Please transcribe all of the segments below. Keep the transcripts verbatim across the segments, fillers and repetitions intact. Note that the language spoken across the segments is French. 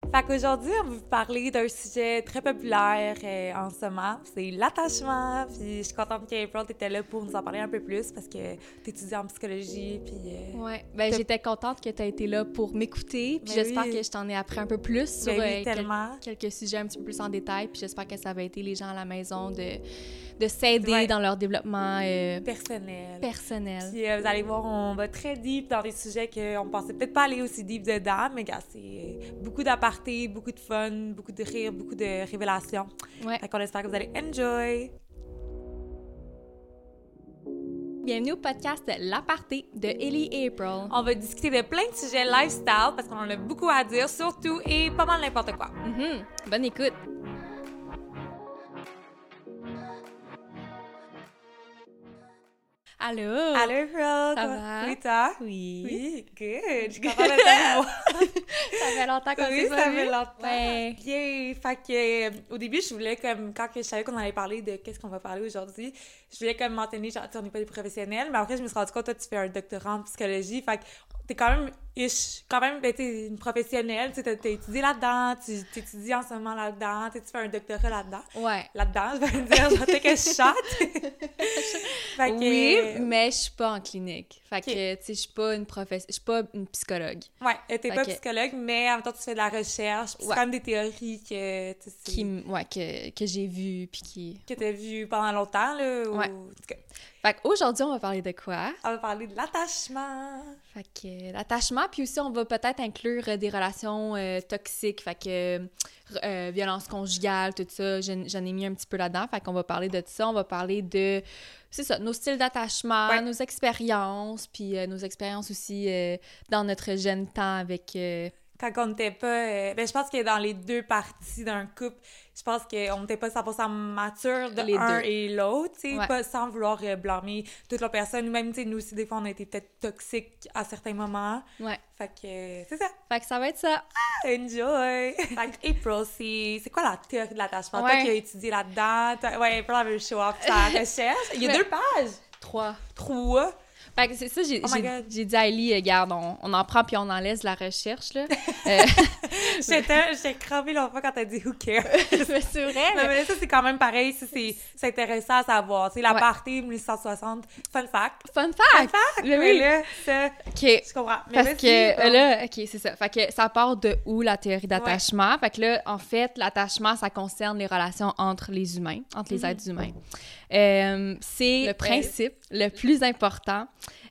Fait qu'aujourd'hui, on va vous parler d'un sujet très populaire euh, en ce moment, c'est l'attachement. Puis je suis contente qu'April t'étais là pour nous en parler un peu plus parce que t'étudies en psychologie. Puis euh, ouais, ben t'as... j'étais contente que t'aies été là pour m'écouter. Puis Mais j'espère oui. que je t'en ai appris un peu plus Mais sur oui, euh, tellement. quel- quelques sujets un petit peu plus en détail. Puis j'espère que ça va aider les gens à la maison de, de s'aider Ouais. dans leur développement euh, Personnel. personnel. Puis euh, vous allez voir, on va très deep dans des sujets qu'on pensait peut-être pas aller aussi deep dedans, mais gars, c'est euh, beaucoup d'apartés, beaucoup de fun, beaucoup de rire, beaucoup de révélations. Ouais. Fait qu'on espère que vous allez enjoy. Bienvenue au podcast L'Aparté de Ellie et April. On va discuter de plein de sujets lifestyle parce qu'on en a beaucoup à dire, surtout et pas mal n'importe quoi. Mm-hmm. Bonne écoute. Allô? Allô, April! Ça va? Oui, toi? Oui. Oui, good! Je suis contente de te voir. Ça fait longtemps qu'on Oui, s'est ça pas fait vu. longtemps. Ouais. Bien, fait que euh, au début, je voulais comme, quand que je savais qu'on allait parler de qu'est-ce qu'on va parler aujourd'hui, je voulais comme mentionner, genre, tu sais, on n'est pas des professionnels, mais après, je me suis rendu compte, toi, tu fais un doctorat en psychologie, fait que t'es quand même, ish, quand même, ben, t'es une professionnelle, tu sais, t'as, t'as étudié là-dedans, tu t'étudies en ce moment là-dedans, tu sais, tu fais un doctorat là-dedans. Ouais. Là-dedans, je vais me dire, genre, t'es que je chante. Fait que, Oui, euh, mais je suis pas en clinique. Fait Okay. que, tu sais, je suis pas une professe... je suis pas une psychologue Ouais, euh, t'es Fait pas que- psychologue, mais en même temps, tu fais de la recherche, puis Ouais. c'est quand même des théories que, tu sais, c'est- qui, m- ouais, que, que j'ai vu puis qui... que t'as vues pendant longtemps, là, ou... Ouais. en tout cas, Fait qu'aujourd'hui, on va parler de quoi? on va parler de l'attachement. Fait que euh, l'attachement, puis aussi, on va peut-être inclure euh, des relations euh, toxiques, fait que euh, violence conjugale, tout ça, j'en j'en ai mis un petit peu là-dedans, fait qu'on va parler de ça, on va parler de, c'est ça, nos styles d'attachement, Ouais. nos expériences, puis euh, nos expériences aussi euh, dans notre jeune temps avec... euh, Quand on n'était pas... euh, ben, je pense que dans les deux parties d'un couple, je pense qu'on n'était pas cent pour cent mature de Les un deux. et l'autre, tu sais, Ouais. pas sans vouloir euh, blâmer toute l'autre personne. Ou même, tu sais, nous aussi, des fois, on a été peut-être toxiques à certains moments. Ouais. Fait que euh, c'est ça. Fait que ça va être ça. Enjoy! Fait que April, c'est, c'est quoi la théorie de l'attachement? Ouais. Toi qui as étudié là-dedans, toi- ouais, April avait le show-off sa recherche. Il y a Ouais. deux pages! Trois. Trois! Fait que c'est ça, j'ai Oh my j'ai- God. j'ai dit à Ellie, euh, garde, on, on en prend puis on en laisse la recherche, là. Euh, J'étais, j'étais cravée l'autre fois quand t'as dit « who cares ». mais c'est vrai, Non, mais... mais ça, c'est quand même pareil, ça, c'est, c'est intéressant à savoir. C'est la Ouais. partie mille huit cent soixante. Fun fact. Fun fact! Fact! Mais Mais oui. là, ça, OK. je comprends. Mais Parce vas-y, que bon. euh, là, OK, c'est ça. Fait que ça part de où la théorie d'attachement? Fait que là, en fait, l'attachement, ça concerne les relations entre les humains, entre les Mhm. êtres humains. Euh, c'est le principe le plus important.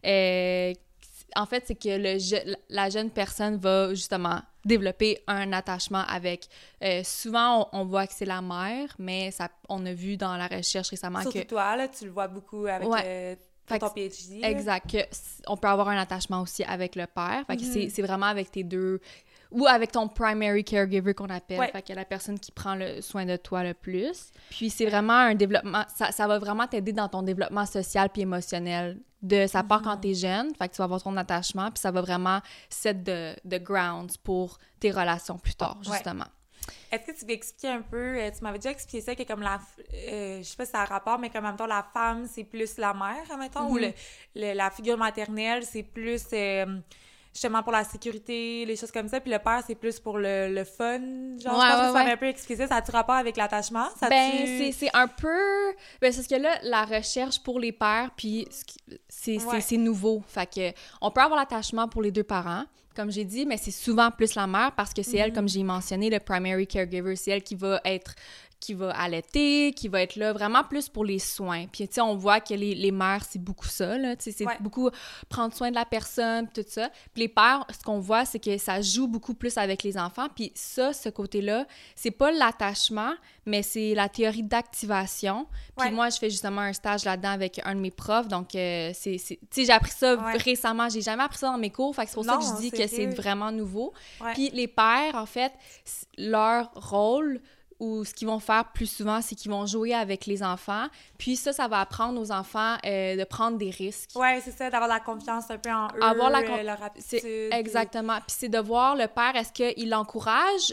Euh, en fait, c'est que le je- la jeune personne va justement développer un attachement avec... euh, souvent, on, on voit que c'est la mère, mais ça, on a vu dans la recherche récemment Surtout que... toi, là, tu le vois beaucoup avec Ouais. euh, Fait ton que- PhD. là. Exact. Que c- on peut avoir un attachement aussi avec le père. Fait que Mhm. c'est- c'est vraiment avec tes deux... Ou avec ton primary caregiver qu'on appelle. Ouais. Fait que la personne qui prend le soin de toi le plus. Puis c'est vraiment un développement... Ça, ça va vraiment t'aider dans ton développement social puis émotionnel. De, ça part quand t'es jeune. Fait que tu vas avoir ton attachement. Puis ça va vraiment set the, the grounds pour tes relations plus tard, Ouais. justement. Est-ce que tu veux expliquer un peu, euh, tu m'avais déjà expliqué ça, que comme la, f- euh, je sais pas si ça a rapport, mais comme en même temps, la femme, c'est plus la mère, admettons, ou Mhm. le, le- la figure maternelle, c'est plus euh, justement pour la sécurité, les choses comme ça, puis le père, c'est plus pour le, le fun, genre, Ouais, je pense ouais, que tu m'avais ouais. un peu expliqué ça, ça a-tu rapport avec l'attachement? Ça Ben, a-tu- c'est c'est un peu... Ben, c'est parce que là, la recherche pour les pères, puis ce qui- c'est c'est- Ouais. c'est nouveau. Fait que on peut avoir l'attachement pour les deux parents, comme j'ai dit, mais c'est souvent plus la mère parce que c'est elle, comme j'ai mentionné, le primary caregiver. C'est elle qui va être qui va allaiter, qui va être là vraiment plus pour les soins. Puis, tu sais, on voit que les, les mères, c'est beaucoup ça, là. Tu sais, c'est Ouais. beaucoup prendre soin de la personne, puis tout ça. Puis les pères, ce qu'on voit, c'est que ça joue beaucoup plus avec les enfants. Puis ça, ce côté-là, c'est pas l'attachement, mais c'est la théorie d'activation. Puis Ouais. moi, je fais justement un stage là-dedans avec un de mes profs. Donc, euh, c'est... c'est- Tu sais, j'ai appris ça Ouais. récemment. J'ai jamais appris ça dans mes cours. Fait que c'est pour ça Non, que je dis que sérieux. c'est vraiment nouveau. Ouais. Puis les pères, en fait, c- leur rôle ou ce qu'ils vont faire plus souvent, c'est qu'ils vont jouer avec les enfants. Puis ça, ça va apprendre aux enfants euh, de prendre des risques. Ouais, c'est ça, d'avoir la confiance un peu en eux, Avoir la euh, con- leur C'est aptitude. exactement. Puis c'est de voir le père, est-ce qu'il l'encourage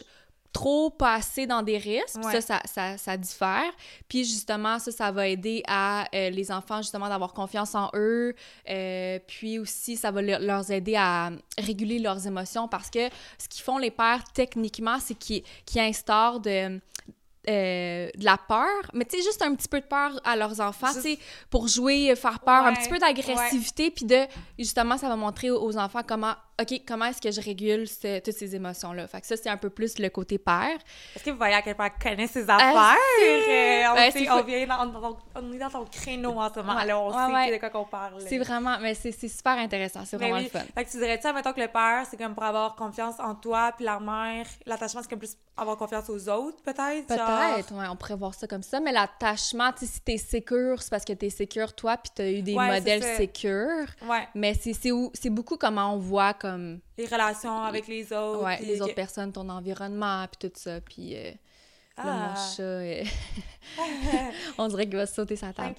trop passer dans des risques, ouais. ça, ça, ça, ça diffère. Puis justement, ça, ça va aider à euh, les enfants, justement, d'avoir confiance en eux. Euh, puis aussi, ça va le- leur aider à réguler leurs émotions parce que ce qu'ils font les pères, techniquement, c'est qu'ils, qu'ils instaurent de... Euh, de la peur, mais tu sais, juste un petit peu de peur à leurs enfants, tu sais, pour jouer, faire peur, ouais, un petit peu d'agressivité, ouais. Puis de, justement, ça va montrer aux, aux enfants comment, OK, comment est-ce que je régule ce, toutes ces émotions-là. Fait que ça, c'est un peu plus le côté père. Est-ce que vous voyez à quel point elle connaît ses affaires? Euh, on, ben, sait, on, vient dans, dans, on est dans ton créneau en ce moment, ouais. alors on ouais, sait ouais. de quoi qu'on parle. C'est vraiment, mais c'est, c'est super intéressant, c'est vraiment oui. le fun. Fait que tu dirais-tu, mettons que le père, c'est comme pour avoir confiance en toi, puis la mère, l'attachement, c'est comme plus avoir confiance aux autres, peut-être? Peut-être, genre... ouais, on pourrait voir ça comme ça, mais l'attachement, tu sais, si t'es sécure, c'est parce que t'es sécure toi, puis t'as eu des ouais, modèles sécures. Ouais. Mais c'est, c'est, où, c'est beaucoup comment on voit comme... les relations avec les autres. Ouais, puis... les autres personnes, ton environnement, puis tout ça, puis... Euh, ah. Là, mon chat, euh... on dirait qu'il va sauter sa table.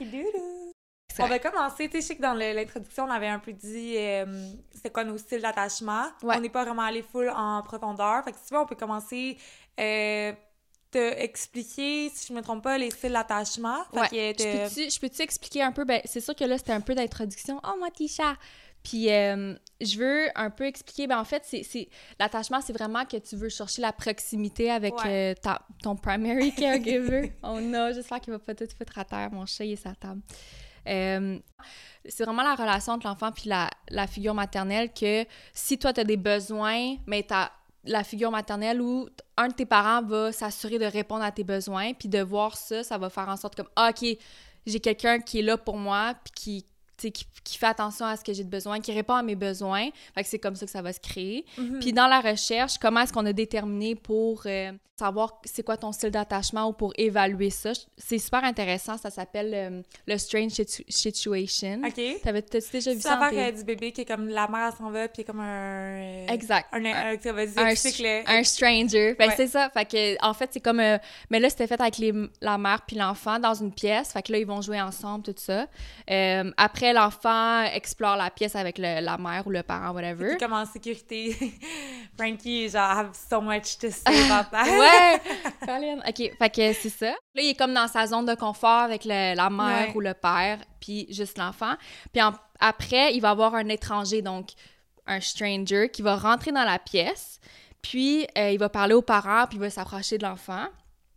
On va commencer, tu sais, je sais que dans le, l'introduction, on avait un peu dit euh, c'est quoi nos styles d'attachement. Ouais. On n'est pas vraiment allé full en profondeur. Fait que si tu veux, on peut commencer euh, te expliquer, si je me trompe pas, les styles d'attachement. Fait ouais. que te... je, peux-tu, je peux-tu expliquer un peu? Ben, c'est sûr que là, c'était un peu d'introduction. Oh, moi, Tisha! Puis, euh, je veux un peu expliquer, ben en fait, c'est, c'est l'attachement, c'est vraiment que tu veux chercher la proximité avec ouais. euh, ta, ton primary caregiver. Oh non, j'espère qu'il va pas tout foutre à terre, mon chat, il est sa table. Euh, c'est vraiment la relation entre l'enfant puis la, la figure maternelle que si toi, tu as des besoins, mais t'as la figure maternelle où un de tes parents va s'assurer de répondre à tes besoins, puis de voir ça, ça va faire en sorte comme ah, OK, j'ai quelqu'un qui est là pour moi, puis qui Qui, qui fait attention à ce que j'ai de besoin, qui répond à mes besoins. Fait que c'est comme ça que ça va se créer. Mm-hmm. Puis dans la recherche, comment est-ce qu'on a déterminé pour euh, savoir c'est quoi ton style d'attachement ou pour évaluer ça? C'est super intéressant. Ça s'appelle euh, le Strange situ- Situation. OK. T'avais, t'as-tu déjà vu ça? Ça tes... du bébé qui est comme la mère s'en va puis comme un... Exact. Un, un, un, vas-y, un, le... un stranger. Ben ouais. c'est ça. Fait que en fait, c'est comme... Euh, mais là, c'était fait avec les, la mère puis l'enfant dans une pièce. Fait que là, ils vont jouer ensemble, tout ça. Euh, après, l'enfant explore la pièce avec le, la mère ou le parent, whatever. C'est comme en sécurité. Frankie, genre, I have so much to say about that. Ouais! Colin. OK, fait que c'est ça. Là, il est comme dans sa zone de confort avec le, la mère ouais. ou le père, puis juste l'enfant. Puis en, après, il va avoir un étranger, donc un stranger, qui va rentrer dans la pièce, puis euh, il va parler aux parents, puis il va s'approcher de l'enfant.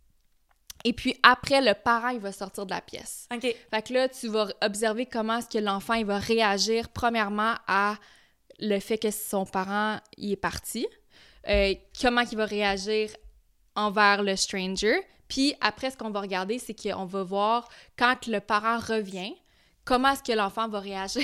Et puis après, le parent, il va sortir de la pièce. OK. Fait que là, tu vas observer comment est-ce que l'enfant, il va réagir, premièrement, à le fait que son parent, il est parti. Euh, comment il va réagir envers le stranger. Puis après, ce qu'on va regarder, c'est qu'on va voir, quand le parent revient, comment est-ce que l'enfant va réagir.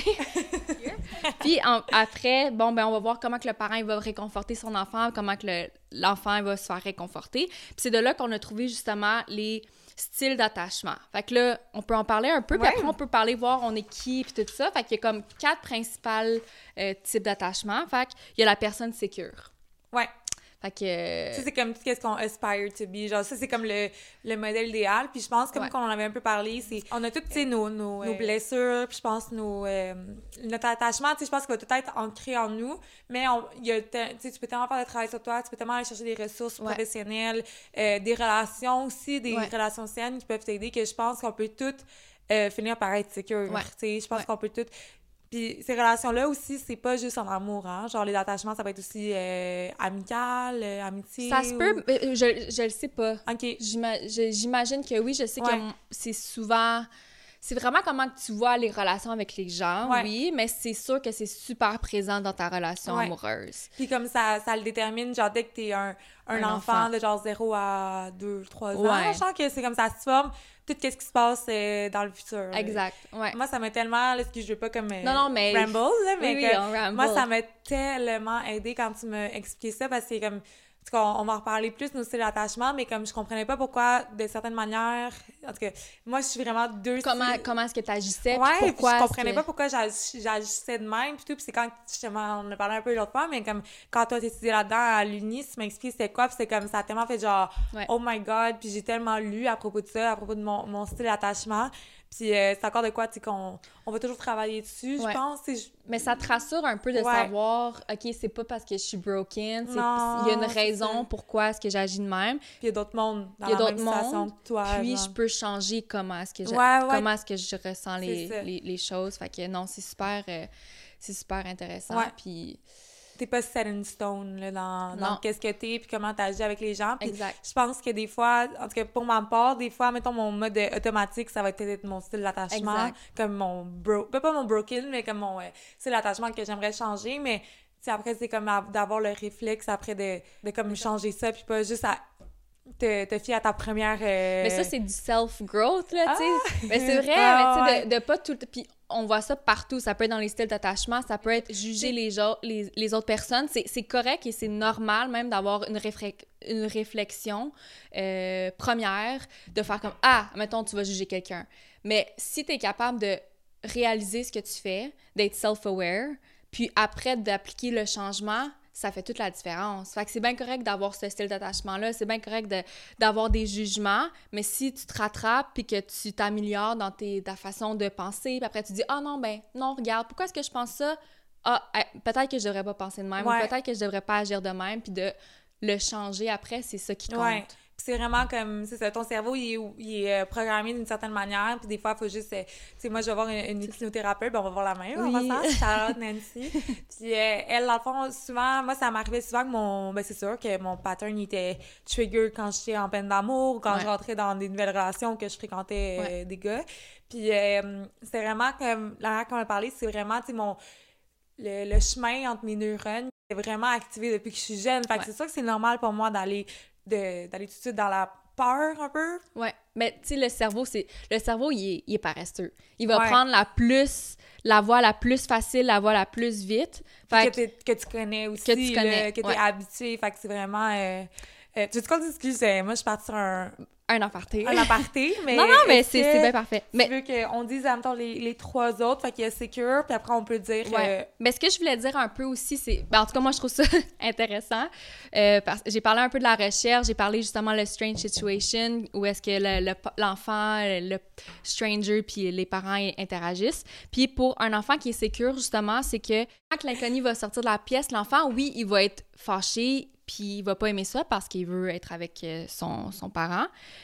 Puis en, après, bon, ben on va voir comment que le parent il va réconforter son enfant, comment que le, l'enfant il va se faire réconforter. Puis c'est de là qu'on a trouvé justement les styles d'attachement. Fait que là, on peut en parler un peu, ouais. Puis après on peut parler, voir on est qui, puis tout ça. Fait qu'il y a comme quatre principales euh, types d'attachement. Fait qu'il y a la personne sécure. Ouais. Fait que... Ça, c'est comme tout ce qu'on aspire to be. Genre, ça, c'est comme le, le modèle idéal. Puis je pense, comme ouais. qu'on en avait un peu parlé, c'est... On a toutes, tu sais, nos, nos, ouais. nos blessures, puis je pense nos... Euh, notre attachement, tu sais, je pense qu'il va tout être ancré en nous, mais il y a... Tu sais, tu peux tellement faire de travail sur toi, tu peux tellement aller chercher des ressources ouais. professionnelles, euh, des relations aussi, des ouais. relations saines qui peuvent t'aider, que je pense qu'on peut toutes euh, finir par être secure. Ouais. Tu sais, je pense ouais. qu'on peut toutes... Puis ces relations-là aussi, c'est pas juste en amour, hein? Genre, les attachements, ça peut être aussi euh, amical, euh, amitié... Ça se ou... peut, mais je, je le sais pas. OK. J'ima- je, j'imagine que oui, je sais ouais. que c'est souvent... C'est vraiment comment tu vois les relations avec les gens, ouais. oui, mais c'est sûr que c'est super présent dans ta relation ouais. amoureuse. Puis comme ça, ça le détermine, genre, dès que t'es un, un, un enfant, enfant de genre zéro à deux, trois ans, ouais. je sens que c'est comme ça se forme tout ce qui se passe euh, dans le futur. Exact, ouais. Moi, ça m'a tellement, là, ce que je veux pas comme euh, non, non, mais... ramble, là, mais oui, que, oui, on ramble. Moi, ça m'a tellement aidé quand tu m'as expliqué ça, parce que c'est comme... On, on va en reparler plus, nos styles d'attachement, mais comme je comprenais pas pourquoi, de certaines manières... En tout cas, moi, je suis vraiment deux... Comment, comment est-ce que tu agissais, ouais, puis pourquoi... je comprenais que... pas pourquoi j'agissais de même, puis tout, puis c'est quand, justement, on a parlé un peu l'autre fois, mais comme, quand toi, t'étudiais là-dedans, à l'Uni, tu m'as expliqué c'était quoi, puis c'était comme, ça a tellement fait genre, ouais. oh my God, puis j'ai tellement lu à propos de ça, à propos de mon, mon style d'attachement, Puis euh, c'est encore de quoi, tu sais, qu'on on va toujours travailler dessus, ouais. je pense. Je... Mais ça te rassure un peu de ouais. savoir, OK, c'est pas parce que je suis broken, il y a une raison pourquoi est-ce que j'agis de même. Puis il y a d'autres mondes dans la même situation que toi. Puis genre. je peux changer comment est-ce que je, ouais, ouais. comment est-ce que je ressens les, les, les choses. Fait que non, c'est super, euh, c'est super intéressant. Ouais. Puis... T'es pas set in stone là, dans, dans qu'est-ce que t'es puis comment t'agis avec les gens. Puis exact. Je pense que des fois, en tout cas pour ma part, des fois, mettons mon mode automatique, ça va être mon style d'attachement, exact. Comme mon bro... Pas, pas mon broken, mais comme mon euh, style d'attachement que j'aimerais changer, mais après, c'est comme d'avoir le réflexe après de, de comme changer ça, puis pas juste à te, te fier à ta première... Euh... Mais ça, c'est du self-growth, là, tu sais. Ah! Mais c'est vrai, ah, mais tu sais, ouais. de, de pas tout... Puis on voit ça partout. Ça peut être dans les styles d'attachement, ça peut être juger les, les, les autres personnes. C'est, c'est correct et c'est normal même d'avoir une, réfré- une réflexion euh, première, de faire comme « Ah, mettons, tu vas juger quelqu'un. » Mais si tu es capable de réaliser ce que tu fais, d'être self-aware, puis après d'appliquer le changement, ça fait toute la différence. Fait que c'est bien correct d'avoir ce style d'attachement-là, c'est bien correct de, d'avoir des jugements, mais si tu te rattrapes puis que tu t'améliores dans tes, ta façon de penser, puis après tu dis « Ah non, ben non, regarde, pourquoi est-ce que je pense ça? Ah, peut-être que je devrais pas penser de même, ouais. ou peut-être que je devrais pas agir de même, puis de le changer après, c'est ça qui compte. Ouais. » C'est vraiment comme, c'est ça, ton cerveau, il est, il est programmé d'une certaine manière, puis des fois, il faut juste, tu sais, moi, je vais voir une, une hypnothérapeute, ben on va voir la même, oui. on va faire, Charlotte, Nancy, puis euh, elle, dans le fond, souvent, moi, ça m'arrivait souvent que mon, ben c'est sûr que mon pattern, il était trigger quand j'étais en peine d'amour, ou quand ouais. je rentrais dans des nouvelles relations, que je fréquentais ouais. euh, des gars, puis euh, c'est vraiment comme, la manière qu'on a parlé, c'est vraiment, tu sais, mon, le, le chemin entre mes neurones, est vraiment activé depuis que je suis jeune, fait que ouais. c'est sûr que c'est normal pour moi d'aller De, d'aller tout de suite dans la peur un peu. Ouais, mais tu sais, le cerveau, c'est le cerveau, il est, il est paresseux. Il va ouais. prendre la plus, la voie la plus facile, la voie la plus vite. Fait que, que, que tu connais aussi, que tu connais, là, que t'es ouais. habitué. Fait que c'est vraiment... Euh, euh, tu sais quoi, excuse, moi, je suis partie sur un... Un aparté. Un aparté, mais... non, non, mais c'est, c'est bien parfait. Tu mais... veux qu'on dise, en même temps, les, les trois autres, fait qu'il y a Secure, puis après, on peut dire... Ouais. Euh... Mais ce que je voulais dire un peu aussi, c'est... Ben, en tout cas, moi, je trouve ça intéressant. Euh, parce... J'ai parlé un peu de la recherche, j'ai parlé justement de Strange Situation, où est-ce que le, le, l'enfant, le stranger, puis les parents interagissent. Puis pour un enfant qui est Secure, justement, c'est que quand l'inconnu va sortir de la pièce, l'enfant, oui, il va être fâché, puis il va pas aimer ça parce qu'il veut être avec son, son parent.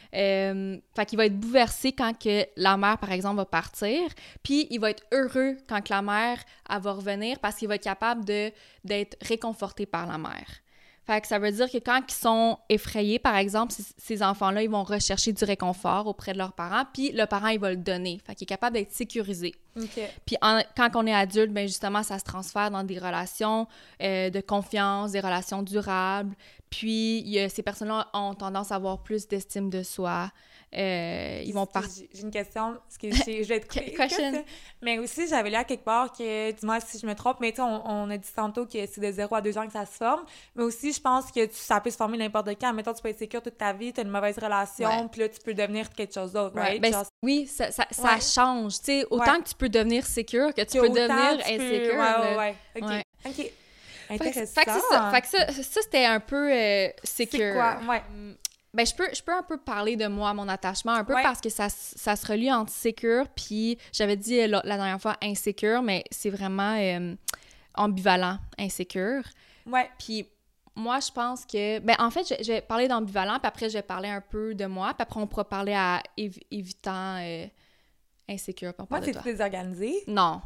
Euh, fait qu'il va être bouleversé quand que la mère, par exemple, va partir, puis il va être heureux quand que la mère, elle va revenir parce qu'il va être capable de, d'être réconforté par la mère. Fait que ça veut dire que quand ils sont effrayés, par exemple, c- ces enfants-là, ils vont rechercher du réconfort auprès de leurs parents, puis le parent, il va le donner. Fait qu'il est capable d'être sécurisé. Okay. Puis en, quand on est adulte, bien justement, ça se transfère dans des relations euh, de confiance, des relations durables. Puis il y a, ces personnes-là ont tendance à avoir plus d'estime de soi. Euh, ils vont partir. J'ai une question, parce que je vais être coupée. Mais aussi, j'avais lu à quelque part que, dis-moi si je me trompe, mais tu sais, on, on a dit tantôt que c'est de zéro à deux ans que ça se forme. Mais aussi, je pense que tu, ça peut se former n'importe quand. Mettons, tu peux être sécure toute ta vie, tu as une mauvaise relation, ouais. puis là, tu peux devenir quelque chose d'autre, right? Ouais. Ben, Genre... Oui, ça, ça, ça ouais. change. Tu sais, autant ouais. que tu peux devenir sécure que tu que peux devenir tu insécure. Peux... Ouais, ouais, ouais. OK. Ouais. OK. Intéressant. Fait que, fait que c'est ça. Fait que ça, ça c'était un peu euh, sécure. C'est quoi? Ouais. Ben, je peux, je peux un peu parler de moi, mon attachement, un peu ouais. parce que ça, ça se relie entre sécure, puis j'avais dit la, la dernière fois insécure, mais c'est vraiment euh, ambivalent, insécure. Ouais. Puis moi, je pense que... Ben, en fait, je, je vais parler d'ambivalent, puis après, je vais parler un peu de moi, puis après, on pourra parler à év- évitant euh, insécure. Puis on moi, parle de c'est toi. désorganisé. Non.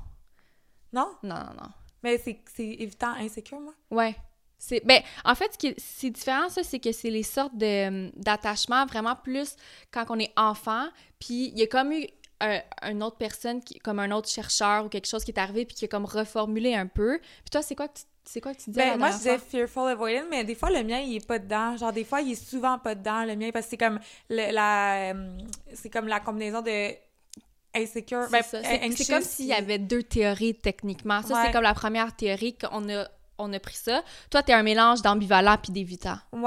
Non? Non, non, non. Mais c'est, c'est évitant insécure, moi? Ouais. C'est, ben, en fait, ce qui est, c'est différent, ça, c'est que c'est les sortes de, d'attachements vraiment plus quand on est enfant, puis il y a comme eu un, une autre personne, qui, comme un autre chercheur ou quelque chose qui est arrivé puis qui a comme reformulé un peu. Puis toi, c'est quoi que tu, c'est quoi que tu disais ben, la moi, je disais fois? fearful avoidant, mais des fois, le mien, il est pas dedans. Genre, des fois, il est souvent pas dedans, le mien, parce que c'est comme le, la... c'est comme la combinaison de... insécure. C'est, ben, ça. C'est, c'est comme s'il y avait deux théories, techniquement. Ça, ouais. c'est comme la première théorie qu'on a... on a pris ça. Toi, t'es un mélange d'ambivalent puis d'évitant. Ouais.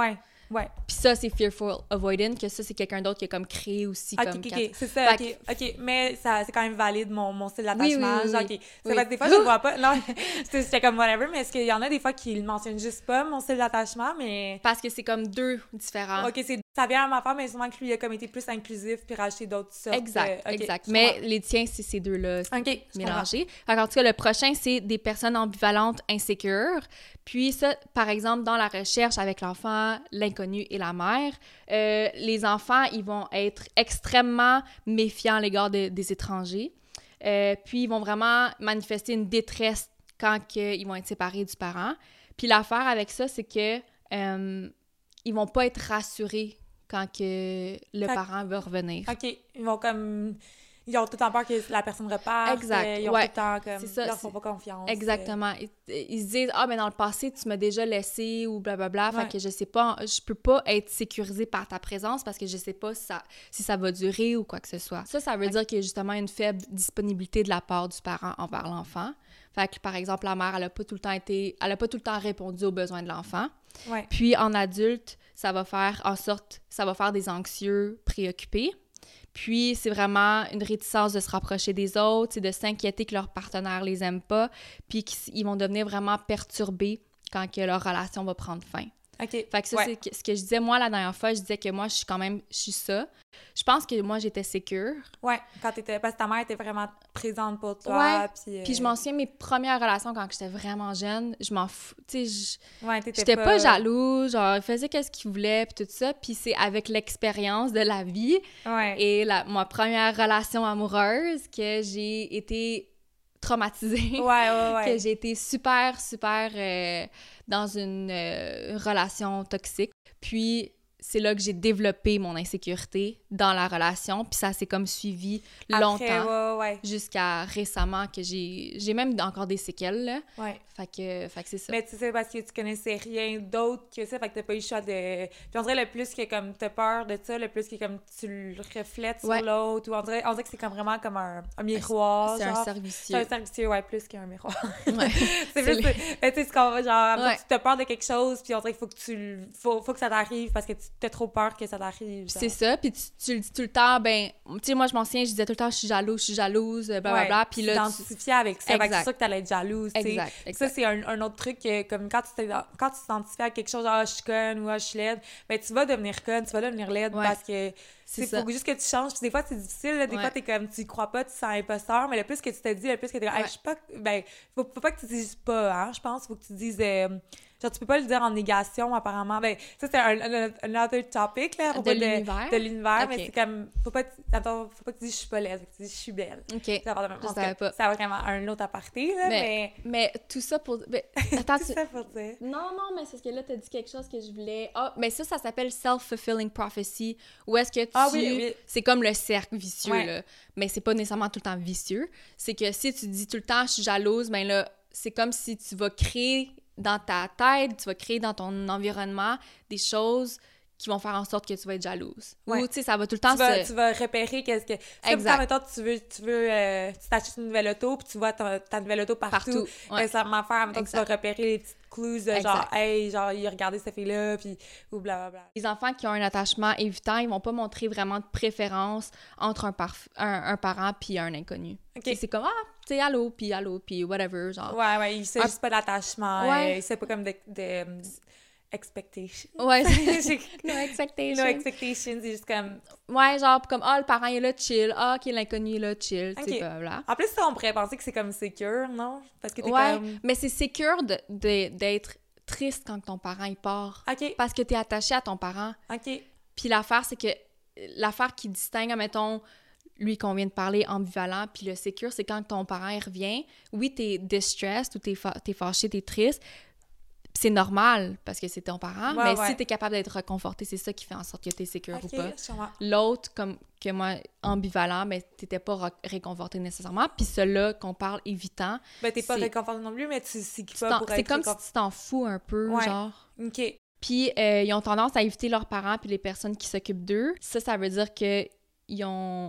Ouais. Puis ça, c'est fearful avoidant, que ça, c'est quelqu'un d'autre qui a comme créé aussi. OK, comme OK, quatre... OK, c'est ça, fait OK, OK. Mais ça, c'est quand même valide, mon, mon style d'attachement. Oui, oui, oui, Genre, oui. OK. C'est Oui. parce que des fois, je le vois pas. Non, c'était comme whatever, mais est-ce qu'il y en a des fois qui le mentionnent juste pas, mon style d'attachement, mais... Parce que c'est comme deux différents. OK, c'est... ça vient à ma part, mais sûrement que lui, il a comme été plus inclusif puis rajouté d'autres sortes. Exact, euh, okay, exact. Mais les tiens, c'est ces deux-là OK, mélangés. Fait en tout cas, le prochain, c'est des personnes ambivalentes insécures. Puis ça, par exemple, dans la recherche avec l'enfant, l'inconnu et la mère, euh, les enfants, ils vont être extrêmement méfiants à l'égard de, des étrangers. Euh, puis ils vont vraiment manifester une détresse quand que ils vont être séparés du parent. Puis l'affaire avec ça, c'est que euh, ils vont pas être rassurés quand que le fait... parent va revenir. OK. Ils vont comme... Ils ont tout le temps peur que la personne reparte. Exact. Euh, ils ont ouais. tout le temps comme... Ça, ils leur font pas confiance. Exactement. Ils, ils se disent « Ah, mais dans le passé, tu m'as déjà laissé » ou blablabla. Ouais. Fait que je sais pas... Je peux pas être sécurisée par ta présence parce que je sais pas si ça, si ça va durer ou quoi que ce soit. Ça, ça veut okay. dire qu'il y a justement une faible disponibilité de la part du parent envers l'enfant. Fait que, par exemple, la mère, elle a pas tout le temps été... Elle a pas tout le temps répondu aux besoins de l'enfant. Ouais. Puis, en adulte, ça va faire en sorte... Ça va faire des anxieux préoccupés. Puis, c'est vraiment une réticence de se rapprocher des autres, c'est de s'inquiéter que leur partenaire les aime pas, puis qu'ils vont devenir vraiment perturbés quand que leur relation va prendre fin. OK. Fait que ça, ouais. c'est ce que je disais, moi, la dernière fois, je disais que moi, je suis quand même, je suis ça. Je pense que moi, j'étais sécure. Ouais, quand t'étais... Parce que ta mère était vraiment présente pour toi, ouais. puis... Euh... Puis je m'en souviens, mes premières relations, quand j'étais vraiment jeune, je m'en fous... Tu sais, je... ouais, t'étais j'étais pas... pas jalouse, genre, il faisait qu'est-ce qu'il voulait, puis tout ça. Puis c'est avec l'expérience de la vie ouais. et la, ma première relation amoureuse que j'ai été traumatisée. Ouais, ouais, ouais. Que j'ai été super, super euh, dans une euh, relation toxique. Puis c'est là que j'ai développé mon insécurité dans la relation, puis ça s'est comme suivi Après, longtemps, ouais, ouais. jusqu'à récemment que j'ai... J'ai même encore des séquelles, là. Ouais. Fait que, fait que c'est ça. Mais tu sais, parce que tu connaissais rien d'autre que ça, fait que t'as pas eu le choix de... Puis on dirait le plus que comme t'as peur de ça, le plus que comme tu le reflètes ouais. sur l'autre, ou on dirait, on dirait que c'est comme vraiment comme un, un miroir, C'est genre. un cercle vicieux. C'est un cercle vicieux, ouais, plus qu'un miroir. Ouais. c'est plus... Le... Mais tu sais, genre, ouais. tu t'as peur de quelque chose, puis on dirait qu'il faut que tu... Faut, faut que ça t'arrive, parce que tu t'as trop peur que ça t'arrive. C'est ça, puis tu, tu le dis tout le temps, ben, tu sais, moi, je m'en souviens, je disais tout le temps, je suis jalouse, je suis jalouse, blablabla, ouais, puis là, tu t'identifiais avec ça, c'est sûr que t'allais être jalouse, tu sais. Exact, exact. Ça, c'est un, un autre truc, que, comme quand tu quand tu t'identifies à quelque chose, genre, ah, je suis conne ou ah, je suis laide, ben, tu vas devenir conne, tu vas devenir laide, ouais. parce que il faut juste que tu changes, puis des fois, c'est difficile, là, des ouais. fois, t'es comme, tu y crois pas, tu sens imposteur, mais le plus que tu te dis, le plus que t'es comme, hey, je suis pas, ben, faut, faut pas que tu dises pas, hein, je pense, faut que tu dises... Euh, genre, tu peux pas le dire en négation, apparemment. Ben, ça, c'est un, un, un other topic, là, de l'univers. De, de l'univers, okay. mais c'est comme, faut pas, attends, faut pas que tu dises je suis pas laide, faut que tu dises je suis belle. OK. Ça, je savais pas. Ça va vraiment un autre aparté, là, mais... Mais, mais tout ça pour... Ben, attends, tout tu... ça pour dire... Non, non, mais c'est parce que là, t'as dit quelque chose que je voulais... Ah, oh, mais ça, ça s'appelle self-fulfilling prophecy, où est-ce que tu... Ah oui, oui. C'est comme le cercle vicieux, ouais. là. Mais c'est pas nécessairement tout le temps vicieux. C'est que si tu dis tout le temps « je suis jalouse », ben là, c'est comme si tu vas créer... dans ta tête, tu vas créer dans ton environnement des choses qui vont faire en sorte que tu vas être jalouse. Ouais. Ou, tu sais, ça va tout le temps tu vas, se... Tu vas repérer qu'est-ce que... C'est comme quand, mettons, tu veux... Tu veux... Euh, tu t'achètes une nouvelle auto, puis tu vois ta, ta nouvelle auto partout. Partout, ouais. Ça m'a fait, mettons, tu vas repérer les petites clues de genre, hey, genre, il a regardé cette fille-là, puis... ou blablabla. Les enfants qui ont un attachement évitant, ils vont pas montrer vraiment de préférence entre un, parf... un, un parent puis un inconnu. Okay. C'est comme, ah, tu sais, allô, puis allô, puis whatever, genre... Ouais, ouais, il sait ah, juste pas d'attachement, ouais. il sait pas comme de... de expectations. Ouais, no expectations. No expectations, c'est juste comme... Ouais, genre, comme, ah, oh, le parent est là, chill. Ah, OK, l'inconnu est là, chill, tu sais, okay. blablabla. En plus, ça, on pourrait penser que c'est comme secure, non? Parce que t'es ouais, comme... mais c'est secure de, de, d'être triste quand ton parent, il part. OK. Parce que t'es attaché à ton parent. OK. Puis l'affaire, c'est que l'affaire qui distingue, mettons, lui qu'on vient de parler, ambivalent, puis le secure, c'est quand ton parent, il revient. Oui, t'es distressed ou t'es, fa- t'es fâché, t'es triste. C'est normal, parce que c'est ton parent, ouais, mais ouais. si t'es capable d'être réconforté, c'est ça qui fait en sorte que t'es sécure okay, ou pas. Sûrement. L'autre, comme que moi, ambivalent, mais t'étais pas réconforté nécessairement. Puis celui-là qu'on parle évitant... Ben, t'es pas c'est... réconforté non plus, mais tu sais pas pour être C'est comme réconfort... si tu t'en fous un peu, ouais. genre. OK. Puis euh, ils ont tendance à éviter leurs parents puis les personnes qui s'occupent d'eux. Ça, ça veut dire que ils ont...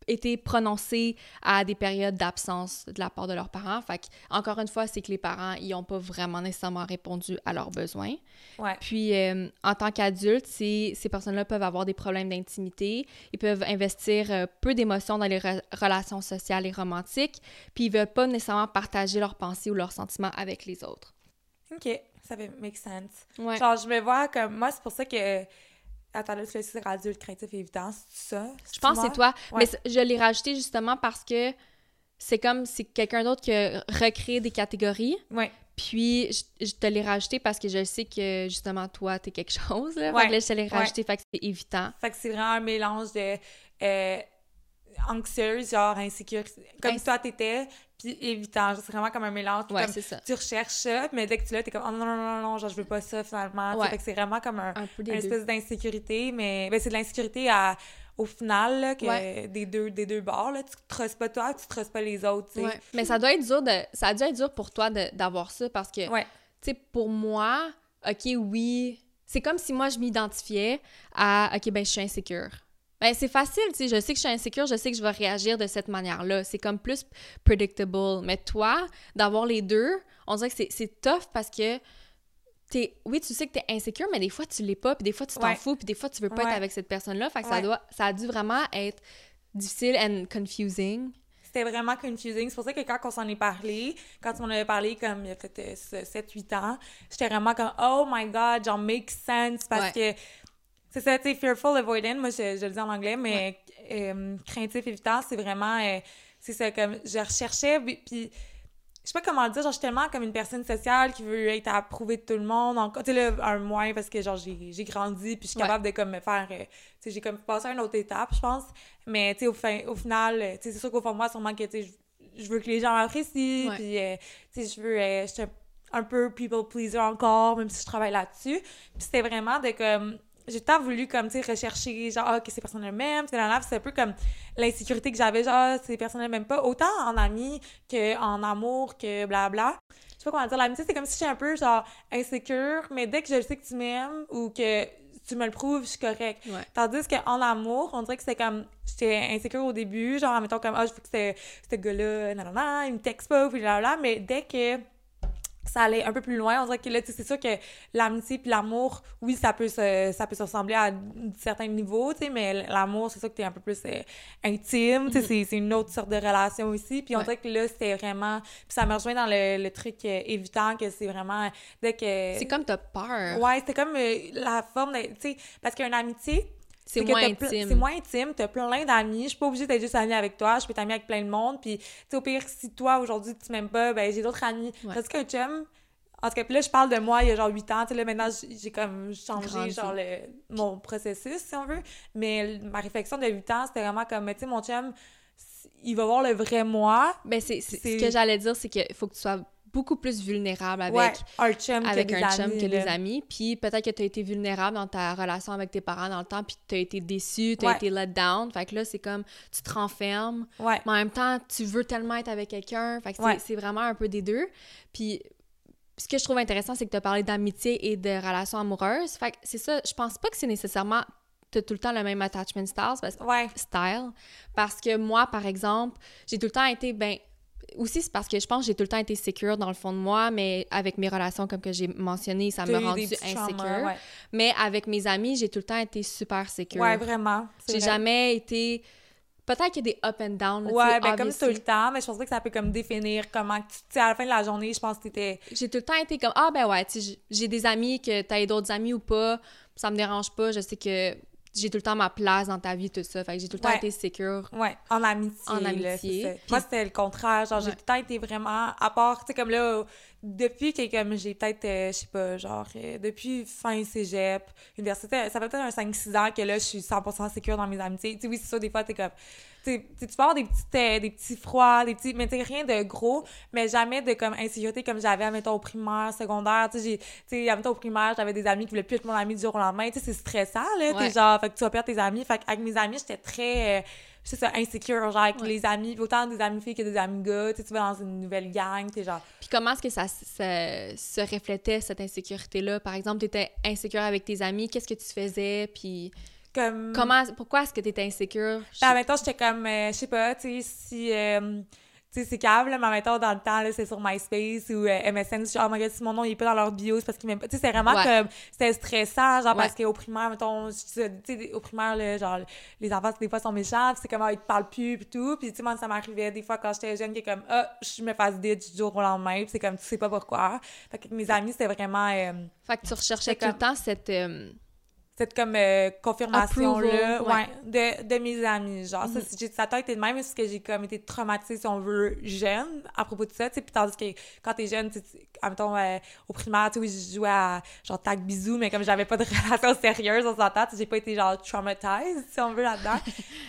été prononcées à des périodes d'absence de la part de leurs parents. Fait que, encore une fois, c'est que les parents, ils n'ont pas vraiment nécessairement répondu à leurs besoins. Ouais. Puis, euh, en tant qu'adultes, ces, ces personnes-là peuvent avoir des problèmes d'intimité. Ils peuvent investir euh, peu d'émotions dans les re- relations sociales et romantiques. Puis, ils veulent pas nécessairement partager leurs pensées ou leurs sentiments avec les autres. OK, ça fait make sense. Ouais. Genre, je me vois comme... Moi, c'est pour ça que... Attends, là, tu l'as dit, adulte, craintif et évitant, c'est ça? Je pense que c'est toi. Ouais. Mais je l'ai rajouté justement parce que c'est comme si quelqu'un d'autre qui a recréé des catégories. Ouais. Puis, je, je te l'ai rajouté parce que je sais que, justement, toi, t'es quelque chose. Là. Ouais. Fait que là, je te l'ai rajouté, ouais. fait que c'est évitant. Fait que c'est vraiment un mélange de... Euh, anxieuse, genre insécure, comme Insi- toi t'étais, puis évitant. C'est vraiment comme un mélange. Ouais, comme, c'est ça. Tu recherches ça, mais dès que tu l'as, t'es comme « Oh non, non, non, non, genre je veux pas ça finalement. Ouais. » Fait que c'est vraiment comme un, Un peu des une deux. espèce d'insécurité, mais ben, c'est de l'insécurité à, au final, là, que Ouais. des, deux, des deux bords. Là. Tu te trustes pas toi, tu te trustes pas les autres, tu sais. Ouais. Mais ça doit être dur de... Ça a dû être dur pour toi de, d'avoir ça parce que, Ouais. tu sais, pour moi, OK, oui... C'est comme si moi, je m'identifiais à « OK, ben je suis insécure. » Ben, c'est facile, tu sais, je sais que je suis insécure, je sais que je vais réagir de cette manière-là. C'est comme plus predictable. Mais toi, d'avoir les deux, on dirait que c'est, c'est tough parce que t'es... Oui, tu sais que t'es insécure, mais des fois, tu l'es pas, puis des fois, tu t'en Ouais. fous, puis des fois, tu veux pas Ouais. être avec cette personne-là. Fait que Ouais. ça doit... Ça a dû vraiment être difficile and confusing. C'était vraiment confusing. C'est pour ça que quand on s'en est parlé, quand tu m'en avais parlé comme il y a peut-être sept huit ans, j'étais vraiment comme « Oh my God! » Genre « make sense » parce Ouais. que c'est ça, tu sais, fearful avoidant, moi je, je le dis en anglais, mais ouais. euh, craintif évitant, c'est vraiment, euh, c'est ça, comme je recherchais, puis, puis je sais pas comment le dire, genre je suis tellement comme une personne sociale qui veut être approuvée de tout le monde, encore, tu sais là, un moins parce que genre j'ai, j'ai grandi, puis je suis Ouais. capable de comme me faire, euh, tu sais, j'ai comme passé à une autre étape, je pense, mais tu sais, au, fin, au final, tu sais, c'est sûr qu'au fond de moi, sûrement que, tu sais, je, je veux que les gens m'apprécient, Ouais. puis euh, tu sais, je veux, euh, je suis un, un peu people pleaser encore, même si je travaille là-dessus, puis c'était vraiment de comme... J'ai tant voulu, comme, tu sais, rechercher, genre, ah, que ces personnes-là m'aiment, c'est là, c'est un peu comme l'insécurité que j'avais, genre, ah, ces personnes-là m'aiment pas, autant en amis qu'en amour, que blabla. Je sais pas comment dire, l'amitié, c'est comme si j'étais un peu, genre, insécure, mais dès que je sais que tu m'aimes ou que tu me le prouves, je suis correcte. Ouais. Tandis qu'en amour, on dirait que c'était comme, j'étais insécure au début, genre, mettons, comme, ah, je veux que ce, ce gars-là, non, non, non, il me texte pas, puis blabla, mais dès que ça allait un peu plus loin, on dirait que là, tu sais, c'est sûr que l'amitié puis l'amour, oui, ça peut se, ça peut se ressembler à certains niveaux, tu sais, mais l'amour, c'est sûr que t'es un peu plus euh, intime, tu sais, mm-hmm. c'est, c'est une autre sorte de relation aussi, puis on ouais. dirait que là, c'était vraiment, puis ça me rejoint dans le, le truc euh, évitant, que c'est vraiment, dès que... C'est comme t'as peur. Ouais, c'était comme euh, la forme de, tu sais, parce qu'une amitié, C'est, c'est moins intime. Pl- c'est moins intime, t'as plein d'amis, je suis pas obligée d'être juste amie avec toi, je peux être amie avec plein de monde, puis tu sais, au pire, si toi, aujourd'hui, tu m'aimes pas, ben j'ai d'autres amis. Ouais. Parce qu'un chum, en tout cas, puis là, je parle de moi il y a genre huit ans, tu sais, là, maintenant, j'ai comme changé, Grandi. genre, le, mon processus, si on veut, mais ma réflexion de huit ans, c'était vraiment comme, tu sais, mon chum, il va voir le vrai moi. Ben, c'est, c'est, c'est... ce que j'allais dire, c'est qu'il faut que tu sois beaucoup plus vulnérable avec ouais, un chum avec que un des chum amis, que là. des amis. Puis peut-être que tu as été vulnérable dans ta relation avec tes parents dans le temps, puis tu as été déçu, tu as ouais. été let down. Fait que là, c'est comme, tu te renfermes. Ouais. Mais en même temps, tu veux tellement être avec quelqu'un. Fait que ouais. c'est, c'est vraiment un peu des deux. Puis ce que je trouve intéressant, c'est que tu as parlé d'amitié et de relations amoureuses. Fait que c'est ça, je pense pas que c'est nécessairement... t'as tout le temps le même attachment style parce que, ouais. style, parce que moi, par exemple, j'ai tout le temps été, ben, aussi c'est parce que je pense que j'ai tout le temps été secure dans le fond de moi, mais avec mes relations, comme que j'ai mentionné, ça m'a rendu insécure. Ouais. Mais avec mes amis, j'ai tout le temps été super secure. Ouais, vraiment. J'ai vrai. jamais été... Peut-être qu'il y a des up and down. Là, ouais, ben comme tout le temps, mais je pense pas que ça peut comme définir comment... Tu sais, à la fin de la journée, je pense que t'étais... J'ai tout le temps été comme, ah ben ouais, tu sais, j'ai des amis, que t'as d'autres amis ou pas, ça me dérange pas, je sais que... j'ai tout le temps ma place dans ta vie, tout ça. Fait que j'ai tout le temps ouais. été secure. Ouais, en amitié. En amitié. Là, Puis... Moi, c'était le contraire. Genre, ouais. j'ai tout le temps été vraiment... À part, tu sais, comme là, depuis que comme j'ai peut-être, euh, je sais pas, genre, euh, depuis fin cégep, université, ça fait peut-être un cinq six ans que là, je suis cent pour cent sécure dans mes amitiés. Tu sais, oui, c'est ça, des fois, t'es comme... Tu sais, tu peux avoir des petites, euh, des petits froids, des petits... Mais tu sais, rien de gros, mais jamais de, comme, insécurité comme j'avais, admettons, au primaire, secondaire. Tu sais, j'ai... Tu sais, admettons, au primaire, j'avais des amis qui voulaient plus être mon ami du jour au lendemain. Tu sais, c'est stressant, là. Ouais. T'es genre... Fait que tu vas perdre tes amis. Fait qu'avec mes amis, j'étais très... Euh, c'est ça, insécure, genre, avec ouais. les amis, autant des amis filles que des amis gars, tu sais, tu vas dans une nouvelle gang, t'es genre... Puis comment est-ce que ça, ça se reflétait, cette insécurité-là? Par exemple, t'étais insécure avec tes amis, qu'est-ce que tu faisais, puis... comme... Comment, pourquoi est-ce que t'étais insécure? Ben, en même temps, j'étais comme, euh, je sais pas, tu sais, si... Euh, tu sais, c'est câble, là, mais en même temps, dans le temps, là, c'est sur MySpace ou euh, M S N, je suis oh my god, si mon nom, il est pas dans leur bio, c'est parce qu'ils m'aiment pas. Tu sais, c'est vraiment Ouais. comme, c'était stressant, genre, Ouais. parce qu'au primaire, mettons, tu sais, au primaire, là, genre, les enfants, des fois, sont méchants, pis c'est comme, ah, ils te parlent plus, pis tout, pis tu sais, moi, ça m'arrivait des fois quand j'étais jeune, qui est comme, ah, je me fasse ditch du jour au lendemain, pis c'est comme, tu sais pas pourquoi. Fait que mes amis, c'était vraiment... Euh, fait que tu recherchais tout comme... le temps cette... Euh... cette comme euh, confirmation-là Approval, ouais. ouais, de, de mes amis. Genre, mm-hmm. ça, j'ai, ça a été de même, parce que j'ai comme été traumatisée, si on veut, jeune, à propos de ça, tu sais, puis tandis que quand t'es jeune, tu sais, mettons, euh, au primaire, tu sais, oui, je jouais à, genre, tac bisous, mais comme j'avais pas de relation sérieuse, on s'entend, tu sais, j'ai pas été, genre, traumatisée, si on veut, là-dedans.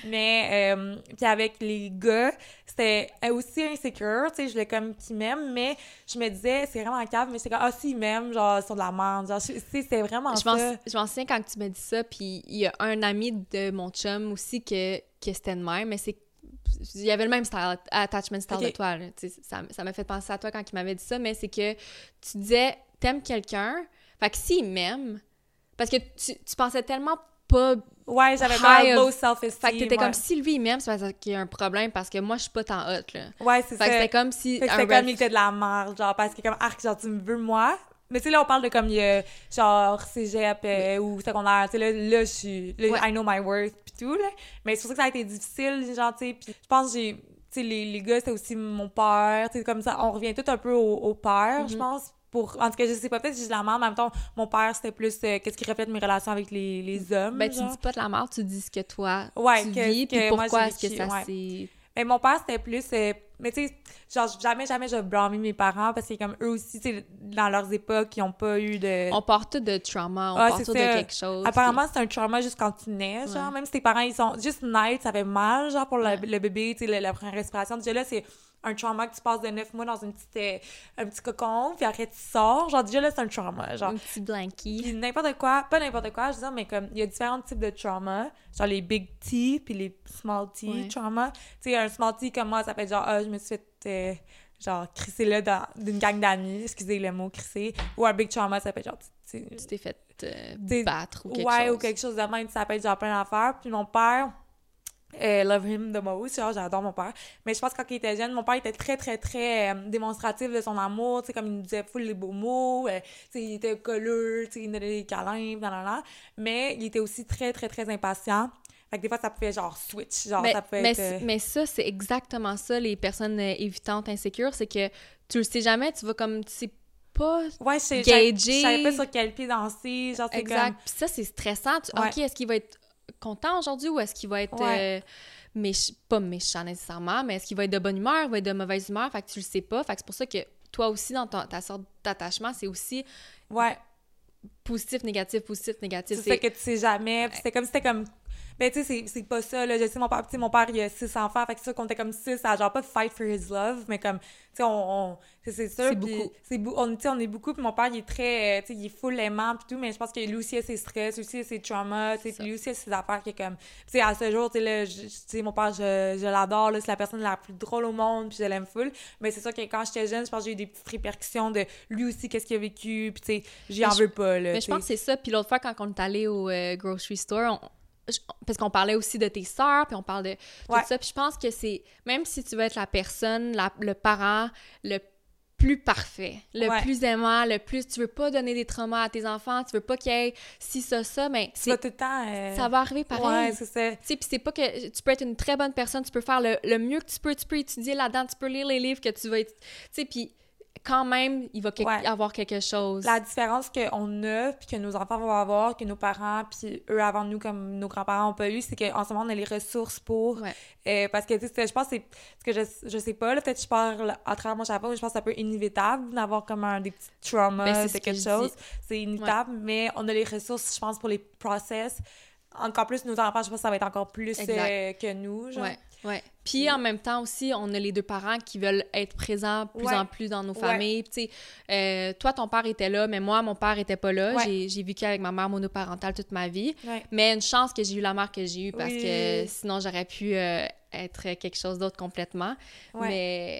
mais, euh, puis avec les gars, c'était aussi insécure, tu sais, je voulais comme qu'ils m'aiment, mais je me disais, c'est vraiment cave, mais c'est comme, ah, si, ils m'aiment, genre, ils sont de la merde, genre, tu sais, c'était vraiment je ça. M'en, je m'en souviens quand tu m'as dit ça, puis il y a un ami de mon chum aussi que, que c'était de même, mais c'est il y avait le même style, attachment style okay. de toi, là, ça, ça m'a fait penser à toi quand il m'avait dit ça, mais c'est que tu disais, t'aimes quelqu'un, fait que s'il m'aime, parce que tu, tu pensais tellement pas... Ouais, j'avais pas un beau self-esteem. Fait que t'étais ouais. comme, si lui, il m'aime, c'est parce qu'il y a un problème, parce que moi, je suis pas tant hot, là. Ouais, c'est fait ça. Fait que c'était comme si... Fait que c'était comme il était de la merde, genre, parce que comme, arc, genre, tu me veux, moi... Mais tu sais, là, on parle de comme, il y a, genre, cégep euh, oui. ou secondaire, tu sais, là, là, je suis, là, ouais. I know my worth, pis tout, là. Mais c'est pour ça que ça a été difficile, genre, tu sais, pis je pense que j'ai, tu sais, les, les gars, c'était aussi mon père, tu sais, comme ça, on revient tout un peu au, au père, mm-hmm. je pense, pour, en tout cas, je sais pas, peut-être que j'ai de la merde, mais en même temps, mon père, c'était plus, euh, qu'est-ce qui reflète mes relations avec les, les hommes, ben, genre. tu dis pas de la merde, tu dis ce que toi, ouais, tu que, vis, que puis pourquoi moi, est-ce que ça ouais. s'est... Mais mon père, c'était plus... Euh, mais tu sais, genre, jamais, jamais je vais blâmer mes parents parce que comme eux aussi, tu sais, dans leurs époques, ils n'ont pas eu de... On part tout de trauma, on ah, part tout de quelque chose. Apparemment, puis... c'est un trauma juste quand tu nais, genre. Ouais. Même si tes parents, ils sont juste naître, ça fait mal, genre, pour le, ouais. le bébé, tu sais, la, la première respiration. Déjà là, c'est un trauma que tu passes de neuf mois dans une petite, euh, un petit cocon, puis après, tu sors. Genre, déjà là, c'est un trauma, genre. Un petit blankie. Puis n'importe quoi, pas n'importe quoi, je veux dire, mais comme, il y a différents types de trauma. Genre les big T, puis les small T ouais. trauma. Tu sais, un small T comme moi, ça peut être genre, ah, je me suis fait, euh, genre, crisser là dans, d'une gang d'amis, excusez le mot crisser. Ou un big trauma, ça peut être genre, tu Tu t'es fait euh, battre ou quelque ouais, chose. Ouais, ou quelque chose de même, ça peut être genre plein d'affaires. Puis mon père... Euh, love him the most, genre, j'adore mon père. Mais je pense que quand il était jeune, mon père était très, très, très euh, démonstratif de son amour, tu sais, comme il nous disait full les beaux mots, euh, tu sais, il était colleux, tu sais, il nous donnait des câlins, blablabla. Mais il était aussi très, très, très impatient. Fait que des fois, ça pouvait, genre, switch, genre, mais, ça pouvait mais, être... Euh... Mais ça, c'est exactement ça, les personnes euh, évitantes, insécures, c'est que tu le sais jamais, tu vas comme, tu sais pas ouais, je gager. Je savais pas sur quel pied danser, genre, c'est exact. comme... Puis ça, c'est stressant. Tu... Ouais. OK, est-ce qu'il va être content aujourd'hui ou est-ce qu'il va être ouais. euh, méch... pas méchant nécessairement, mais est-ce qu'il va être de bonne humeur, il va être de mauvaise humeur, fait que tu le sais pas, fait que c'est pour ça que toi aussi dans ton, ta sorte d'attachement, c'est aussi ouais positif, négatif, positif, négatif. C'est ça que tu sais jamais, puis c'était comme c'était comme ben tu sais c'est c'est pas ça là, je sais mon père, tu sais mon père il a six enfants, fait que c'est sûr qu'on était comme six à genre pas fight for his love, mais comme tu sais on, on c'est c'est sûr c'est beaucoup c'est bu- on tu sais on est beaucoup, puis mon père il est très tu sais il est full aimant puis tout, mais je pense que lui aussi a ses stress, lui aussi a ses traumas, tu sais, puis lui aussi a ses affaires qui est comme tu sais à ce jour tu sais là tu sais mon père je, je l'adore là, c'est la personne la plus drôle au monde, puis je l'aime full, mais c'est sûr que quand j'étais jeune je pense que j'ai eu des petites répercussions de lui aussi qu'est-ce qu'il a vécu, puis tu sais j'y en veux pas là. Mais je pense que c'est ça, puis l'autre fois quand on est allé au euh, grocery store on... parce qu'on parlait aussi de tes sœurs, puis on parle de tout ouais. ça, puis je pense que c'est, même si tu veux être la personne, la, le parent, le plus parfait, le ouais. plus aimant, le plus, tu veux pas donner des traumas à tes enfants, tu veux pas qu'il y ait ci, ça, ça, mais c'est... tout le temps... Euh... Ça va arriver pareil. Ouais, c'est ça. Tu sais, puis c'est pas que... Tu peux être une très bonne personne, tu peux faire le, le mieux que tu peux, tu peux étudier là-dedans, tu peux lire les livres que tu vas... Tu sais, puis... quand même, il va que- ouais. avoir quelque chose. La différence qu'on a, puis que nos enfants vont avoir, que nos parents, puis eux avant nous, comme nos grands-parents n'ont pas eu, c'est qu'en ce moment, on a les ressources pour... Ouais. Euh, parce que, tu sais, je pense que c'est... Parce que je, je sais pas, là, peut-être que je parle à travers mon chapeau, mais je pense que c'est un peu inévitable d'avoir comme un, des petits traumas ben, de quelque chose. Dis. C'est inévitable, ouais. mais on a les ressources, je pense, pour les process. Encore plus, nos enfants, je pense que ça va être encore plus euh, que nous, genre. Ouais. Ouais. Puis en même temps aussi, on a les deux parents qui veulent être présents plus ouais. en plus dans nos familles. Ouais. Tu sais, euh, toi, ton père était là, mais moi, mon père était pas là. Ouais. J'ai, j'ai vécu avec ma mère monoparentale toute ma vie. Ouais. Mais une chance que j'ai eu la mère que j'ai eue parce oui. que sinon, j'aurais pu euh, être quelque chose d'autre complètement. Ouais. Mais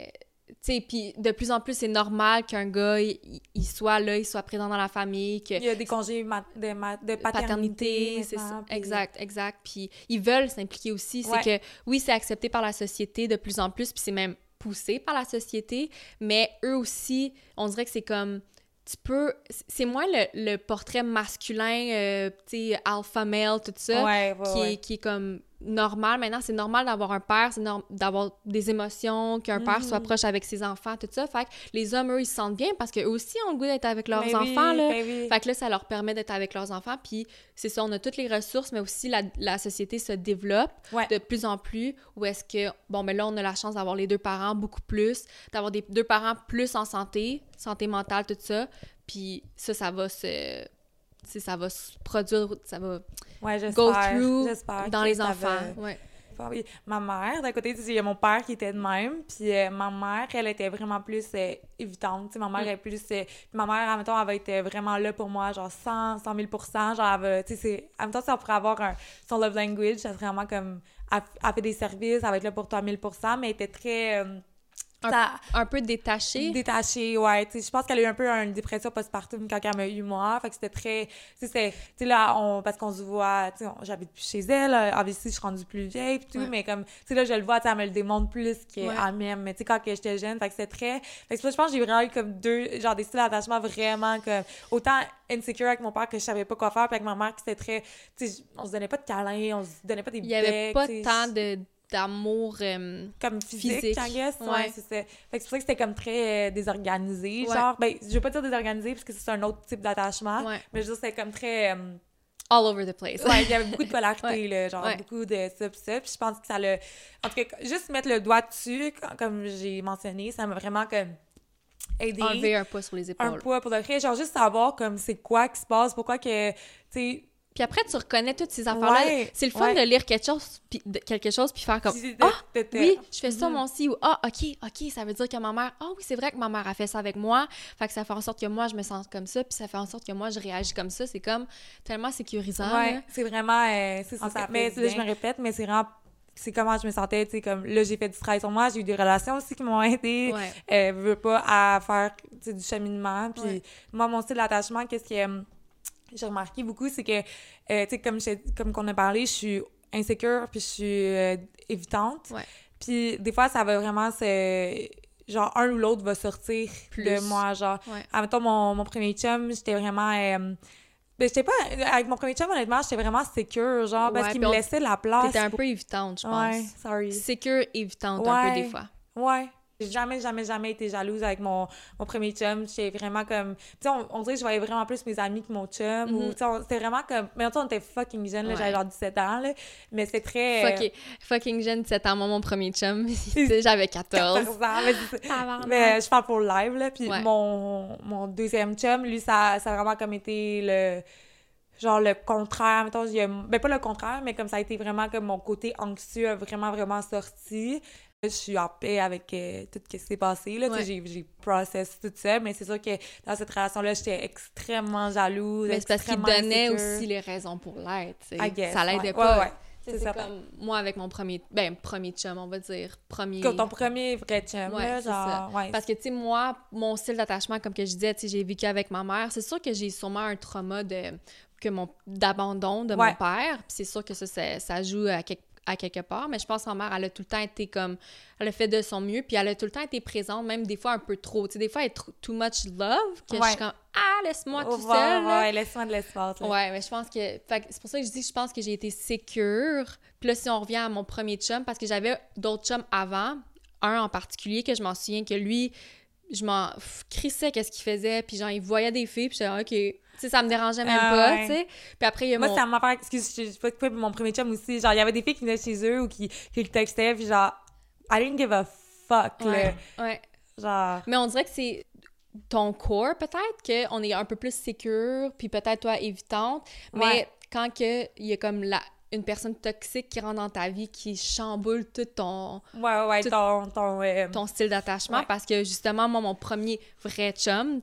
tu sais, puis de plus en plus, c'est normal qu'un gars, il, il soit là, il soit présent dans la famille, que... Il y a des congés ma- de, ma- de paternité, paternité, c'est ça. Puis... Exact, exact. Puis ils veulent s'impliquer aussi. Ouais. C'est que, oui, c'est accepté par la société de plus en plus, puis c'est même poussé par la société, mais eux aussi, on dirait que c'est comme... Tu peux... C'est moins le, le portrait masculin, euh, tu sais, alpha male, tout ça, ouais, ouais, qui, ouais. Est, qui est comme normal. Maintenant, c'est normal d'avoir un père, c'est normal d'avoir des émotions, qu'un mm-hmm. père soit proche avec ses enfants, tout ça. Fait que les hommes, eux, ils se sentent bien parce qu'eux aussi ont le goût d'être avec leurs mais enfants, oui, là. oui. Fait que là, ça leur permet d'être avec leurs enfants. Puis c'est ça, on a toutes les ressources, mais aussi la, la société se développe ouais. de plus en plus. Où est-ce que, bon, mais là, on a la chance d'avoir les deux parents beaucoup plus, d'avoir des deux parents plus en santé, santé mentale, tout ça. Puis ça, ça va se... T'sais, ça va se produire, ça va ouais, go through j'espère dans les enfants. Va... Ouais. Oui. Ma mère, d'un côté, il y a mon père qui était de même, puis euh, ma mère, elle était vraiment plus euh, évitante, t'sais, ma mère mm. est plus... Euh, ma mère, en même temps, elle va être vraiment là pour moi, genre cent, cent mille pour cent, genre, elle va, tu sais, c'est... En même temps, si on pourrait avoir un, son love language, ça serait vraiment comme... Elle, elle fait des services, elle va être là pour toi mille pour cent, mais elle était très... Euh, Un, ça, un peu détachée. Détachée, ouais. Tu sais, je pense qu'elle a eu un peu une dépression postpartum quand elle m'a eu moi. Fait que c'était très... Tu sais, tu sais, là, on, parce qu'on se voit... Tu sais, j'habite plus chez elle. Obviously, je suis rendue plus vieille pis tout. Ouais. Mais comme, tu sais, là, je le vois, tu sais, elle me le démontre plus qu'elle ouais. m'aime. Mais tu sais, quand j'étais jeune, fait que c'était très... Fait que je pense que j'ai vraiment eu comme deux... Genre, des styles d'attachement vraiment comme... Autant insecure avec mon père que je savais pas quoi faire. Puis avec ma mère, qui c'était très... Tu sais, on se donnait pas de câlins, on se donnait pas des becs. Il y avait pas t'sais, tant de... d'amour euh, comme physique, physique. I guess. Ouais, ouais. c'est ça. Fait que c'est pour ça que c'était comme très euh, désorganisé, ouais. genre. Ben, je veux pas dire désorganisé parce que c'est un autre type d'attachement, ouais. mais je veux dire, c'était comme très... Euh... all over the place. Ouais, il y avait beaucoup de polarité, ouais. là, genre ouais. beaucoup de ça pis ça. Puis je pense que ça l'a... En tout cas, juste mettre le doigt dessus, comme j'ai mentionné, ça m'a vraiment comme... aidé. Enlever un poids sur les épaules. Un poids pour le vrai. Genre juste savoir comme c'est quoi qui se passe, pourquoi que, tu sais... Puis après, tu reconnais toutes ces affaires-là. Ouais, c'est le fun ouais. de lire quelque chose, puis de, quelque chose, puis faire comme « Ah, oh, oui, je fais ça, mm-hmm. moi aussi. » ou « Ah, oh, OK, OK, ça veut dire que ma mère... Ah oh, oui, c'est vrai que ma mère a fait ça avec moi. » Fait que ça fait en sorte que moi, je me sens comme ça, puis ça fait en sorte que moi, je réagis comme ça. C'est comme tellement sécurisant. Ouais, là. c'est vraiment... Euh, c'est ça, ça mais là, je me répète, mais c'est vraiment... C'est comment je me sentais, tu sais, comme... Là, j'ai fait du travail sur moi, j'ai eu des relations aussi qui m'ont aidé. Ouais. Euh, veux pas à faire, tu sais, du cheminement. Puis ouais. moi, mon style d'attachement, qu'est-ce qui est... J'ai remarqué beaucoup, c'est que, euh, tu sais, comme, comme qu'on a parlé, je suis insécure, puis je suis euh, évitante. Ouais. Puis des fois, ça va vraiment se... Genre, un ou l'autre va sortir Plus. de moi, genre... Ouais. En même temps, mon, mon premier chum, j'étais vraiment... Euh, ben, j'étais pas... Avec mon premier chum, honnêtement, j'étais vraiment sécure, genre, parce ouais, qu'il me laissait la place. T'étais un peu évitante, je pense. Ouais, sorry. Sécure, évitante, ouais. un peu, des fois. Ouais. J'ai jamais, jamais, jamais été jalouse avec mon, mon premier chum. J'étais vraiment comme... Tu sais, on, on dirait que je voyais vraiment plus mes amis que mon chum. Mm-hmm. Ou, tu sais, c'était vraiment comme... Mais en tout cas, on était fucking jeunes, là. Ouais. J'avais genre dix-sept ans, là. Mais c'était très... Fuck, fucking jeune, dix-sept ans. Moi, mon premier chum, j'avais quatorze. quatorze ans. Mais, mais je parle pour le live, là. Puis ouais. mon, mon deuxième chum, lui, ça, ça a vraiment comme été le... Genre le contraire, mettons, il y a... Ben, pas le contraire, mais comme ça a été vraiment comme mon côté anxieux a vraiment, vraiment sorti. Je suis en paix avec euh, tout ce qui s'est passé, là, ouais. j'ai, j'ai process tout ça, mais c'est sûr que dans cette relation-là, j'étais extrêmement jalouse, mais c'est parce qu'il donnait insécure. Aussi les raisons pour l'être, ça l'aidait ouais. pas. Ouais, ouais. C'est, c'est comme moi avec mon premier, ben premier chum, on va dire, premier... Comme ton premier vrai chum, ouais, là, c'est genre... Ça. Ouais. Parce que, tu sais, moi, mon style d'attachement, comme que je disais, tu sais, j'ai vécu avec ma mère, c'est sûr que j'ai sûrement un trauma de... que mon d'abandon de ouais. mon père, puis c'est sûr que ça, ça, ça joue à quelque à quelque part, mais je pense que ma mère, elle a tout le temps été comme... Elle a fait de son mieux, puis elle a tout le temps été présente, même des fois un peu trop. Tu sais, des fois, elle est too, too much love, que ouais. je suis comme « Ah, laisse-moi oh, tout seul! » Ouais, laisse-moi de l'espace. Là. Ouais, mais je pense que... Fait, c'est pour ça que je dis que je pense que j'ai été sécure. Puis là, si on revient à mon premier chum, parce que j'avais d'autres chums avant, un en particulier, que je m'en souviens que lui, je m'en crissais qu'est-ce qu'il faisait, puis genre, il voyait des filles, puis j'étais « OK... » Tu sais, ça me dérangeait même euh, pas, ouais. tu sais. Puis après, il y a Moi, mon... ça m'a fait... Excuse, je sais pas quoi, mon premier chum aussi. Genre, il y avait des filles qui venaient chez eux ou qui, qui le textaient, puis genre, I didn't give a fuck, ouais, là. Ouais, genre... Mais on dirait que c'est ton corps, peut-être, qu'on est un peu plus sécure, puis peut-être, toi, évitante. Mais ouais. quand il y a comme la... une personne toxique qui rentre dans ta vie, qui chamboule tout ton... Ouais, ouais, tout ton... Ton, euh... ton style d'attachement, ouais. Parce que, justement, moi, mon premier vrai chum...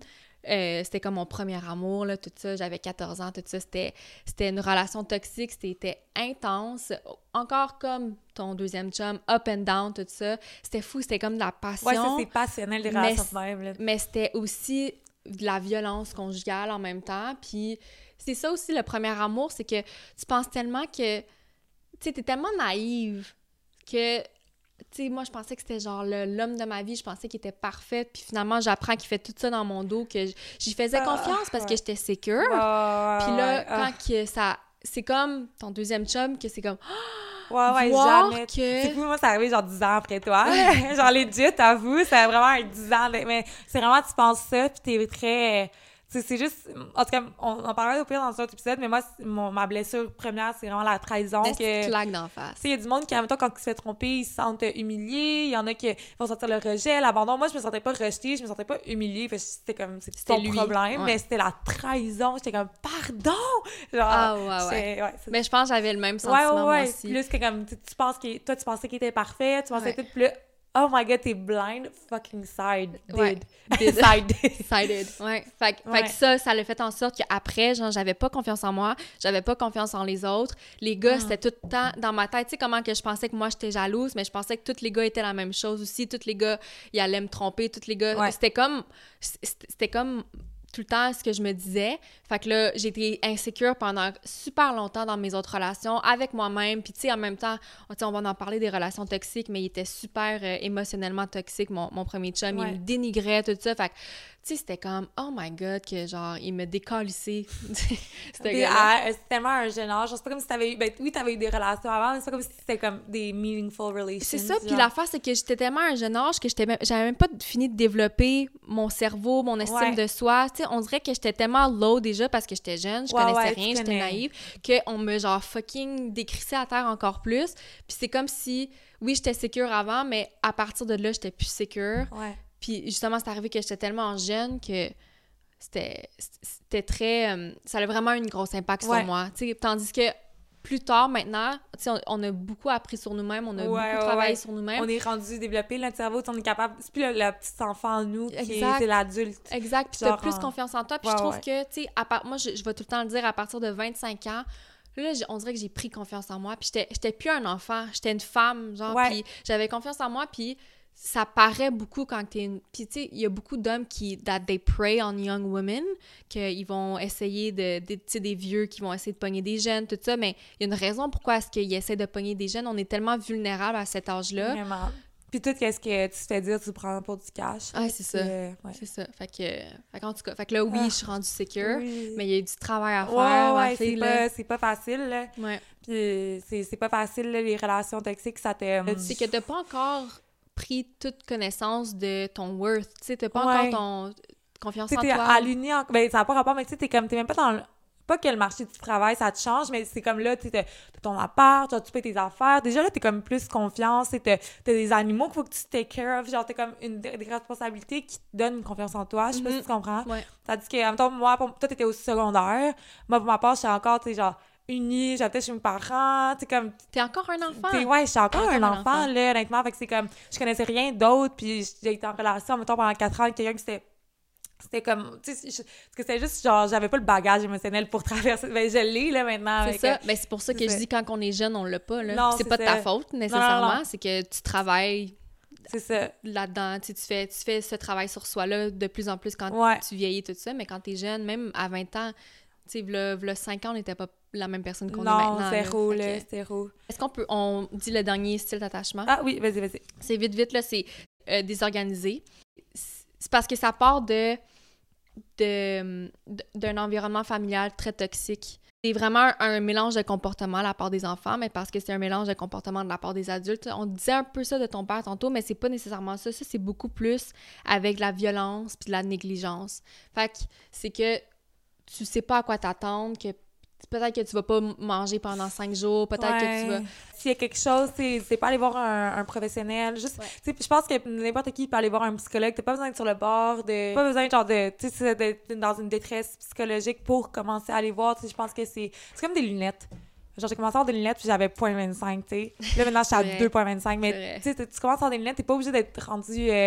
Euh, c'était comme mon premier amour, là, tout ça. J'avais quatorze ans, tout ça. C'était, c'était une relation toxique, c'était intense. Encore comme ton deuxième chum, up and down, tout ça. C'était fou, c'était comme de la passion. Ouais, ça, c'est passionnel, les relations de même, là. Mais c'était aussi de la violence conjugale en même temps. Puis c'est ça aussi, le premier amour, c'est que tu penses tellement que... Tu sais, t'es tellement naïve que... Tu sais, moi, je pensais que c'était genre le, l'homme de ma vie, je pensais qu'il était parfait, puis finalement, j'apprends qu'il fait tout ça dans mon dos, que j'y faisais confiance parce ouais. que j'étais sécure. Ouais, ouais, puis là, ouais, quand ouais. que ça... C'est comme ton deuxième chum, que c'est comme... Ouais, ouais, voir jamais. Que... C'est fou, moi, c'est arrivé genre dix ans après toi. Genre, legit, t'avoues, c'est vraiment un dix ans. De... Mais c'est vraiment, tu penses ça, puis t'es très... Tu sais, c'est juste... En tout cas, on en parlait au pire dans un autre épisode, mais moi, mon, ma blessure première, c'est vraiment la trahison. Mais que... tu claques d'en face. Tu sais, il y a du monde qui, en même temps, quand ils se fait tromper, ils se sentent humiliés. Il y en a qui vont sentir le rejet, l'abandon. Moi, je me sentais pas rejetée, je me sentais pas humiliée. Parce que c'était comme... C'était, c'était ton lui. problème, ouais. mais c'était la trahison. J'étais comme, pardon! Genre, ah, ouais, ouais. ouais mais je pense que j'avais le même sentiment, ouais, ouais, moi ouais. aussi. Plus que comme, tu, tu penses que... Toi, tu pensais qu'il était parfait, tu pensais ouais. tout plus... Oh my god, t'es blind fucking side did. Ouais. Side did. Sided. Ouais. Fait, ouais. fait que ça, ça l'a fait en sorte qu'après, genre, j'avais pas confiance en moi, j'avais pas confiance en les autres. Les gars, mm. c'était tout le temps dans ma tête. Tu sais comment que je pensais que moi, j'étais jalouse, mais je pensais que tous les gars étaient la même chose aussi. Tous les gars, ils allaient me tromper. Tous les gars... Ouais. C'était comme... C'était comme... tout le temps ce que je me disais. Fait que là, j'ai été insécure pendant super longtemps dans mes autres relations, avec moi-même. Puis tu sais, en même temps, on va en parler des relations toxiques, mais il était super euh, émotionnellement toxique, mon, mon premier chum. Ouais. Il me dénigrait, tout ça. Fait que, tu sais, c'était comme, oh my god, que genre, il me décalissait. C'était à, c'est tellement un jeune âge. C'est pas comme si t'avais eu... Ben oui, t'avais eu des relations avant, mais c'est pas comme si c'était comme des meaningful relations. C'est ça, puis l'affaire, c'est que j'étais tellement à un jeune âge que j'étais même, j'avais même pas fini de développer mon cerveau, mon estime ouais. de soi. Tu sais, on dirait que j'étais tellement low déjà parce que j'étais jeune, je ouais, connaissais ouais, rien, j'étais naïve, qu'on me genre fucking décrissait à terre encore plus. Puis c'est comme si, oui, j'étais sécure avant, mais à partir de là, j'étais plus sécure. Ouais. Puis justement, c'est arrivé que j'étais tellement jeune que c'était, c'était très... Euh, ça a vraiment eu une grosse impact ouais. sur moi. Tu sais, tandis que plus tard, maintenant, tu sais, on, on a beaucoup appris sur nous-mêmes, on a ouais, beaucoup ouais, travaillé ouais. sur nous-mêmes. On est rendu développé, notre cerveau, on est capable... C'est plus le, le petit enfant en nous qui exact. Est, c'est l'adulte. Exact, puis t'as plus en... confiance en toi. Puis ouais, je trouve ouais. que, tu sais, part... moi, je, je vais tout le temps le dire, à partir de vingt-cinq ans, là, on dirait que j'ai pris confiance en moi, puis j'étais, j'étais plus un enfant, j'étais une femme, genre, ouais. puis j'avais confiance en moi, puis ça paraît beaucoup quand t'es une... Puis, tu sais, il y a beaucoup d'hommes qui... that they prey on young women, qu'ils vont essayer de... de tu sais, des vieux qui vont essayer de pogner des jeunes, tout ça, mais il y a une raison pourquoi est-ce qu'ils essaient de pogner des jeunes. On est tellement vulnérables à cet âge-là. Vraiment. Puis tout, qu'est-ce que tu te fais dire, tu prends pour du cash. Ah, c'est ça. Euh, ouais. C'est ça. Fait que... Fait qu'en tout cas, fait que là, oui, ah, je suis rendue secure, oui. mais il y a du travail à faire, ouais, ma ouais, fille, c'est, là. Pas, c'est pas facile, là. Ouais. Puis c'est, c'est pas facile, là, les relations toxiques, ça te... C'est que t'as pas encore... pris toute connaissance de ton worth, tu sais, t'as pas ouais. encore ton confiance t'sais, en t'es toi. aligné en... ben ça n'a pas rapport, mais tu sais, t'es comme, t'es même pas dans le... Pas que le marché du travail, ça te change, mais c'est comme là, tu sais, t'as, t'as ton appart, genre, tu payes tes affaires, déjà là, t'es comme plus confiance, t'as, t'as des animaux qu'il faut que tu take care of, genre, t'as comme une, des responsabilités qui te donnent une confiance en toi, je sais mm-hmm. pas si tu comprends. Ouais. Tandis que, en même temps, moi, pour... toi, t'étais au secondaire, moi, pour ma part, j'étais encore, tu sais, genre, unie, j'habitais chez mes parents, tu sais, comme... T'es encore un enfant! T'es, ouais, je suis encore, encore un, un enfant, enfant, là, honnêtement, fait que c'est comme, je connaissais rien d'autre, puis j'ai été en relation, mettons, pendant quatre ans avec quelqu'un qui c'était... C'était comme, tu sais, parce que c'était juste, genre, j'avais pas le bagage émotionnel pour traverser, ben je l'ai, là, maintenant. C'est ça, que, ben c'est pour ça que c'est je dis, quand on est jeune, on l'a pas, là. Non, c'est, c'est pas ça. de ta faute, nécessairement, non, non, non. c'est que tu travailles... C'est ça. Là-dedans, tu sais, tu fais, tu fais ce travail sur soi-là de plus en plus quand ouais. tu vieillis, tout ça, mais quand t'es jeune, même à vingt ans, tu sais, v'là, v'là cinq ans, on n'était pas la même personne qu'on non, est maintenant. Non, zéro, là, là zéro. Est-ce qu'on peut... On dit le dernier style d'attachement? Ah oui, vas-y, vas-y. C'est vite, vite, là, c'est euh, désorganisé. C'est parce que ça part de, de, de d'un environnement familial très toxique. C'est vraiment un, un mélange de comportements de la part des enfants, mais parce que c'est un mélange de comportements de la part des adultes. On disait un peu ça de ton père tantôt, mais c'est pas nécessairement ça. Ça, c'est beaucoup plus avec la violence puis de la négligence. Fait que c'est que tu sais pas à quoi t'attendre, que peut-être que tu vas pas manger pendant cinq jours, peut-être ouais. que tu vas... S'il y a quelque chose, c'est, c'est pas aller voir un, un professionnel, juste... Ouais. Tu sais, je pense que n'importe qui peut aller voir un psychologue, t'as pas besoin d'être sur le bord, de... pas besoin, genre, de... Tu sais, d'être dans une détresse psychologique pour commencer à aller voir, tu sais, je pense que c'est... C'est comme des lunettes. Genre, j'ai commencé à avoir des lunettes, puis j'avais zéro virgule vingt-cinq, tu sais. Là, maintenant, je suis à deux virgule vingt-cinq, mais tu sais, tu commences à avoir des lunettes, t'es pas obligé d'être rendu... Euh,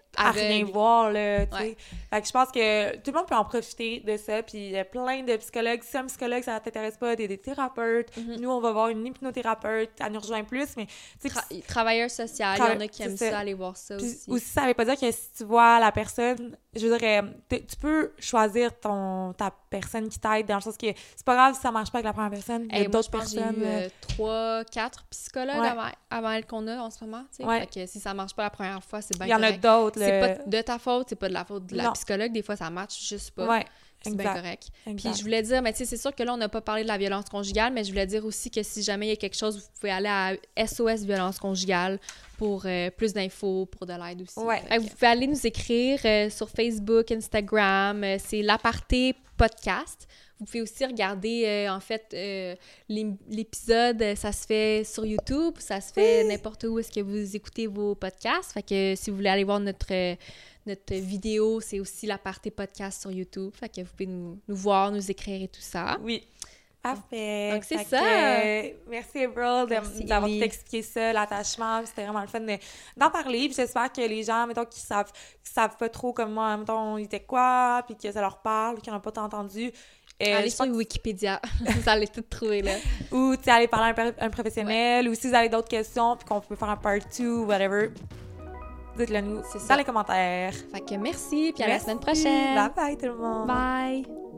à rien voir, là, tu sais. Ouais. Fait que je pense que tout le monde peut en profiter de ça, puis il y a plein de psychologues. Si un psychologue, ça t'intéresse pas, des, des thérapeutes. Mm-hmm. Nous, on va voir une hypnothérapeute, elle nous rejoint plus, mais... Tra- travailleur social, il Tra- y en a qui aiment ça. ça, aller voir ça puis aussi. Aussi, ça veut pas dire que si tu vois la personne, je veux dire, tu peux choisir ton, ta personne qui t'aide, dans le sens que c'est pas grave si ça marche pas avec la première personne, il y a hey, d'autres moi, je personnes. J'ai eu euh, trois, quatre psychologues ouais. avant, avant elle qu'on a en ce moment, tu sais. Ouais. Fait que si ça marche pas la première fois, c'est bien il y en a d'autres, c'est le... pas de ta faute, c'est pas de la faute de la non. psychologue. Des fois, ça match juste pas. Ouais, c'est bien correct. Exact. Puis je voulais dire, mais tu sais, c'est sûr que là, on n'a pas parlé de la violence conjugale, mais je voulais dire aussi que si jamais il y a quelque chose, vous pouvez aller à S O S Violence Conjugale pour euh, plus d'infos, pour de l'aide aussi. Ouais, okay. Vous pouvez aller nous écrire euh, sur Facebook, Instagram. Euh, c'est l'Aparté Podcast. Vous pouvez aussi regarder, euh, en fait, euh, l'épisode, ça se fait sur YouTube, ça se fait oui. n'importe où est-ce que vous écoutez vos podcasts. Fait que si vous voulez aller voir notre, notre vidéo, c'est aussi l'Aparté Podcast sur YouTube. Fait que vous pouvez nous, nous voir, nous écrire et tout ça. Oui. Parfait. Donc, c'est fait ça. Que, merci, April, de, d'avoir tout expliqué ça, l'attachement. C'était vraiment le fun de, d'en parler. Puis j'espère que les gens, mettons, qui savent, qui savent pas trop comme moi, mettons, ils étaient quoi, puis que ça leur parle, qu'ils n'ont pas tant entendu. Euh, allez sur Wikipédia, vous allez tout trouver là. Ou, tu sais, aller parler à un, un professionnel, ouais. ou si vous avez d'autres questions, puis qu'on peut faire un part deux, whatever, dites-le nous dans les commentaires. Fait que merci, puis à merci. la semaine prochaine. Bye bye tout le monde. Bye.